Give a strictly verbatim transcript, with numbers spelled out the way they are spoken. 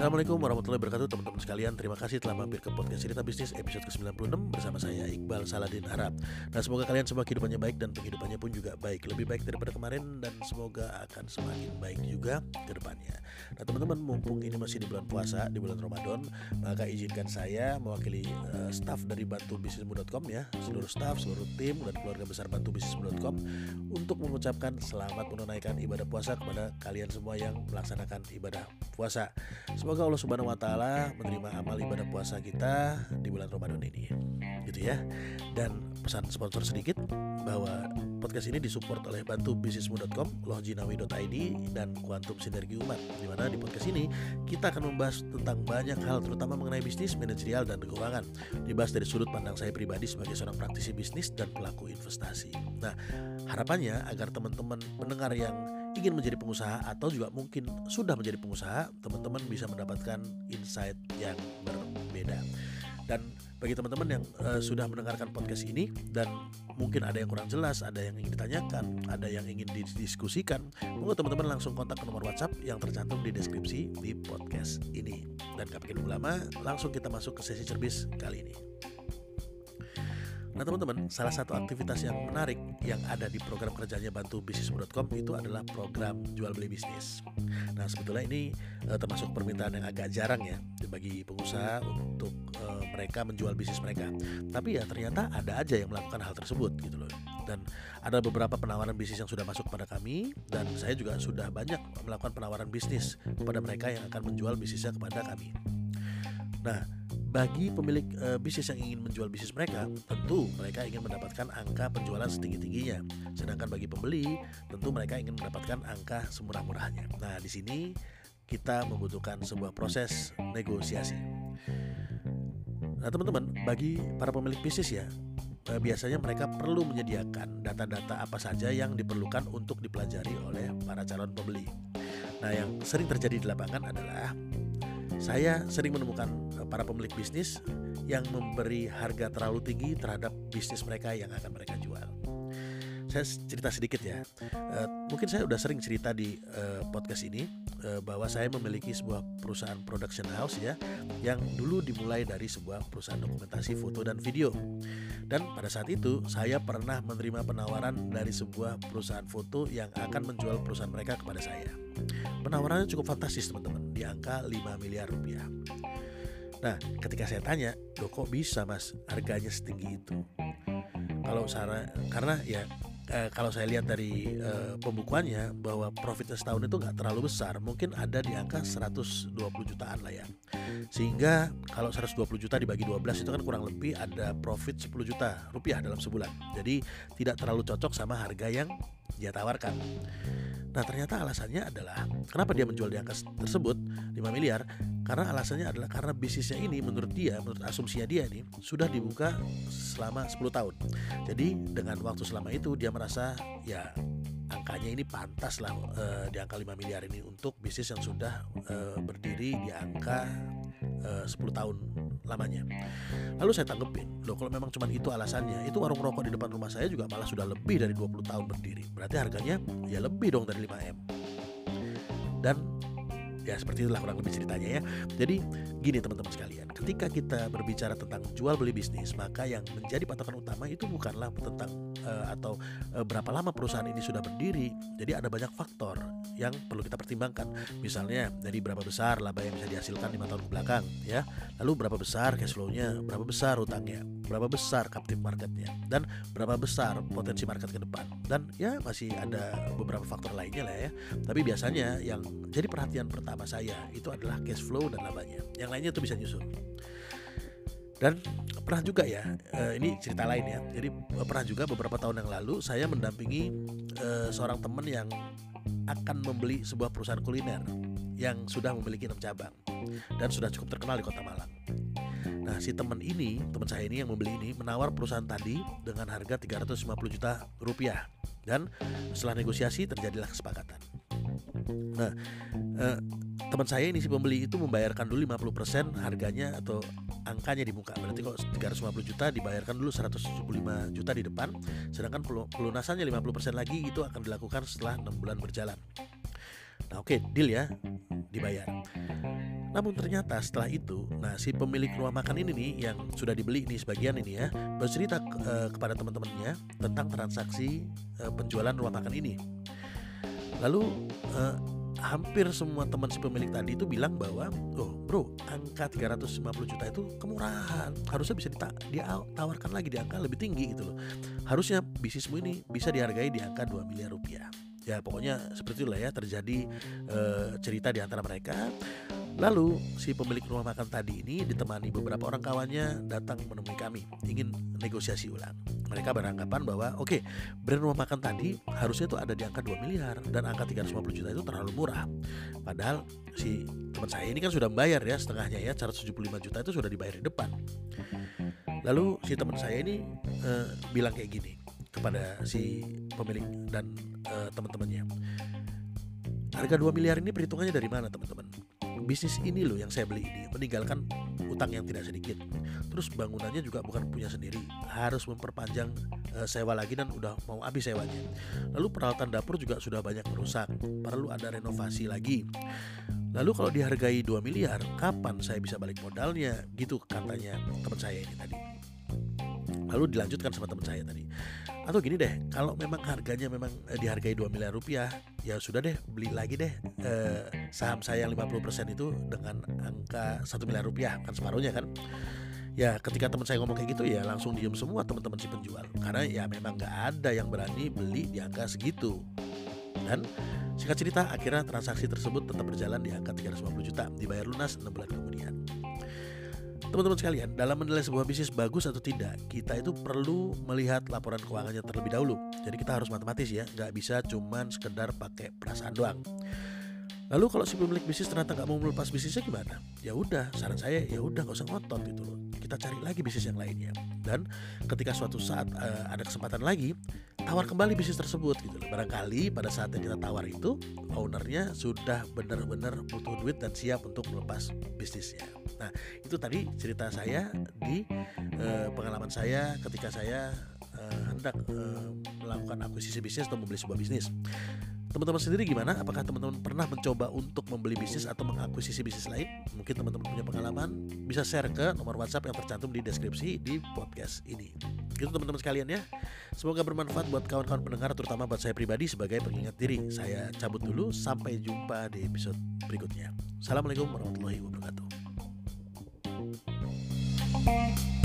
Assalamualaikum warahmatullahi wabarakatuh teman-teman sekalian. Terima kasih telah mampir ke podcast Cerita Bisnis episode ke sembilan puluh enam bersama saya Iqbal Saladin Harap. Nah, semoga kalian semua kehidupannya baik dan penghidupannya pun juga baik, lebih baik daripada kemarin, dan semoga akan semakin baik juga ke depannya. Nah teman-teman, mumpung ini masih di bulan puasa, di bulan Ramadan, maka izinkan saya mewakili uh, staf dari bantu bisnismu dot com ya, seluruh staf, seluruh tim dan keluarga besar bantu bisnismu dot com untuk mengucapkan selamat menunaikan ibadah puasa kepada kalian semua yang melaksanakan ibadah puasa. Semoga Allah Subhanahu wa taala menerima amal ibadah puasa kita di bulan Ramadan ini. Gitu ya. Dan pesan sponsor sedikit bahwa podcast ini disupport oleh bantu bisnismu dot com, lohjinawi dot i d dan Quantum Sinergi Umat. Di mana di podcast ini kita akan membahas tentang banyak hal, terutama mengenai bisnis, manajerial dan keuangan. Dibahas dari sudut pandang saya pribadi sebagai seorang praktisi bisnis dan pelaku investasi. Nah, harapannya agar teman-teman pendengar yang ingin menjadi pengusaha atau juga mungkin sudah menjadi pengusaha, teman-teman bisa mendapatkan insight yang berbeda. Dan bagi teman-teman yang uh, sudah mendengarkan podcast ini dan mungkin ada yang kurang jelas, ada yang ingin ditanyakan, ada yang ingin didiskusikan, monggo teman-teman langsung kontak ke nomor WhatsApp yang tercantum di deskripsi di podcast ini. Dan gak pakai nunggu lama, langsung kita masuk ke sesi cerbis kali ini. Nah teman-teman, salah satu aktivitas yang menarik yang ada di program kerjanya bantu bisnismu dot com itu adalah program jual beli bisnis. Nah sebetulnya ini e, termasuk permintaan yang agak jarang ya bagi pengusaha untuk e, mereka menjual bisnis mereka. Tapi ya ternyata ada aja yang melakukan hal tersebut gitu loh. Dan ada beberapa penawaran bisnis yang sudah masuk kepada kami, dan saya juga sudah banyak melakukan penawaran bisnis kepada mereka yang akan menjual bisnisnya kepada kami. Nah, bagi pemilik e, bisnis yang ingin menjual bisnis mereka, tentu mereka ingin mendapatkan angka penjualan setinggi-tingginya. Sedangkan bagi pembeli, tentu mereka ingin mendapatkan angka semurah-murahnya. Nah, di sini kita membutuhkan sebuah proses negosiasi. Nah, teman-teman, bagi para pemilik bisnis ya, e, biasanya mereka perlu menyediakan data-data apa saja yang diperlukan untuk dipelajari oleh para calon pembeli. Nah, yang sering terjadi di lapangan adalah saya sering menemukan para pemilik bisnis yang memberi harga terlalu tinggi terhadap bisnis mereka yang akan mereka jual. Saya cerita sedikit ya. Uh, mungkin saya udah sering cerita di uh, podcast ini uh, bahwa saya memiliki sebuah perusahaan production house ya, yang dulu dimulai dari sebuah perusahaan dokumentasi foto dan video. Dan pada saat itu saya pernah menerima penawaran dari sebuah perusahaan foto yang akan menjual perusahaan mereka kepada saya. Penawarannya cukup fantastis teman-teman, di angka lima miliar rupiah. Nah, ketika saya tanya, loh kok bisa mas harganya setinggi itu? Kalau saya, karena ya eh, kalau saya lihat dari eh, pembukuannya bahwa profitnya setahun itu nggak terlalu besar, mungkin ada di angka seratus dua puluh jutaan lah ya. Sehingga kalau seratus dua puluh juta dibagi dua belas itu kan kurang lebih ada profit sepuluh juta rupiah dalam sebulan. Jadi tidak terlalu cocok sama harga yang dia tawarkan. Nah ternyata alasannya adalah kenapa dia menjual di angka tersebut lima miliar, karena alasannya adalah karena bisnisnya ini menurut dia, menurut asumsinya dia ini sudah dibuka selama sepuluh tahun. Jadi dengan waktu selama itu dia merasa ya angkanya ini pantas lah e, di angka lima miliar ini untuk bisnis yang sudah e, berdiri di angka e, sepuluh tahun lamanya. Lalu saya tanggepin, loh kalau memang cuma itu alasannya, itu warung rokok di depan rumah saya juga malah sudah lebih dari dua puluh tahun berdiri. Berarti harganya ya lebih dong dari lima M. Dan ya seperti itulah kurang lebih ceritanya ya. Jadi gini teman-teman sekalian, ketika kita berbicara tentang jual beli bisnis, maka yang menjadi patokan utama itu bukanlah tentang uh, atau uh, berapa lama perusahaan ini sudah berdiri. Jadi ada banyak faktor yang perlu kita pertimbangkan. Misalnya dari berapa besar laba yang bisa dihasilkan lima tahun ke belakang ya. Lalu berapa besar cash flow-nya, berapa besar utangnya, berapa besar captive marketnya, dan berapa besar potensi market ke depan. Dan ya masih ada beberapa faktor lainnya lah ya. Tapi biasanya yang jadi perhatian pertama saya itu adalah cash flow dan labanya. Yang lainnya itu bisa nyusul. Dan pernah juga ya, ini cerita lain ya. Jadi pernah juga beberapa tahun yang lalu saya mendampingi uh, seorang teman yang akan membeli sebuah perusahaan kuliner yang sudah memiliki enam cabang dan sudah cukup terkenal di Kota Malang. Nah si teman ini, teman saya ini yang membeli ini menawar perusahaan tadi dengan harga tiga ratus lima puluh juta rupiah. Dan setelah negosiasi terjadilah kesepakatan. Nah eh, teman saya ini si pembeli itu membayarkan dulu lima puluh persen harganya atau angkanya di muka. Berarti kalau tiga ratus lima puluh juta dibayarkan dulu seratus tujuh puluh lima juta di depan, sedangkan pelunasannya lima puluh persen lagi itu akan dilakukan setelah enam bulan berjalan. Nah oke, okay, deal ya, dibayar. Namun ternyata setelah itu, nah si pemilik rumah makan ini nih yang sudah dibeli ini sebagian ini ya, bercerita uh, kepada teman-temannya tentang transaksi uh, penjualan rumah makan ini. Lalu uh, hampir semua teman si pemilik tadi itu bilang bahwa, oh bro, angka tiga ratus lima puluh juta itu kemurahan, harusnya bisa dita- ditawarkan lagi di angka lebih tinggi gitu loh. Harusnya bisnismu ini bisa dihargai di angka dua miliar rupiah. Ya pokoknya seperti itulah ya, terjadi uh, cerita di antara mereka. Lalu si pemilik rumah makan tadi ini ditemani beberapa orang kawannya datang menemui kami, ingin negosiasi ulang. Mereka beranggapan bahwa oke, okay, brand rumah makan tadi harusnya itu ada di angka dua miliar dan angka tiga ratus lima puluh juta itu terlalu murah. Padahal si teman saya ini kan sudah membayar ya setengahnya ya, seratus tujuh puluh lima juta itu sudah dibayar di depan. Lalu si teman saya ini uh, bilang kayak gini kepada si pemilik dan uh, teman-temannya. Harga dua miliar ini perhitungannya dari mana teman-teman? Bisnis ini loh yang saya beli ini meninggalkan utang yang tidak sedikit. Terus bangunannya juga bukan punya sendiri, harus memperpanjang e, sewa lagi dan udah mau habis sewanya. Lalu peralatan dapur juga sudah banyak rusak, perlu ada renovasi lagi. Lalu kalau dihargai dua miliar, kapan saya bisa balik modalnya? Gitu katanya teman saya ini tadi. Lalu dilanjutkan sama teman saya tadi. Atau gini deh, kalau memang harganya memang eh, dihargai dua miliar rupiah, ya sudah deh, beli lagi deh eh, saham saya yang lima puluh persen itu dengan angka satu miliar rupiah, kan separuhnya kan. Ya ketika teman saya ngomong kayak gitu ya langsung diem semua teman-teman si penjual. Karena ya memang gak ada yang berani beli di angka segitu. Dan singkat cerita akhirnya transaksi tersebut tetap berjalan di angka tiga ratus lima puluh juta, dibayar lunas enam bulan kemudian. Teman-teman sekalian, dalam menilai sebuah bisnis bagus atau tidak, kita itu perlu melihat laporan keuangannya terlebih dahulu. Jadi kita harus matematis ya, nggak bisa cuman sekedar pakai perasaan doang. Lalu kalau si pemilik bisnis ternyata nggak mau melepas bisnisnya gimana? Ya udah, saran saya ya udah nggak usah ngotot gitu loh. Kita cari lagi bisnis yang lainnya. Dan ketika suatu saat uh, ada kesempatan lagi, tawar kembali bisnis tersebut gitu loh. Barangkali pada saat yang kita tawar itu, ownernya sudah benar-benar butuh duit dan siap untuk melepas bisnisnya. Nah itu tadi cerita saya di uh, pengalaman saya ketika saya uh, hendak uh, melakukan akuisisi bisnis atau membeli sebuah bisnis. Teman-teman sendiri gimana? Apakah teman-teman pernah mencoba untuk membeli bisnis atau mengakuisisi bisnis lain? Mungkin teman-teman punya pengalaman, bisa share ke nomor WhatsApp yang tercantum di deskripsi di podcast ini. Gitu teman-teman sekalian ya. Semoga bermanfaat buat kawan-kawan pendengar, terutama buat saya pribadi sebagai pengingat diri. Saya cabut dulu, sampai jumpa di episode berikutnya. Assalamualaikum warahmatullahi wabarakatuh.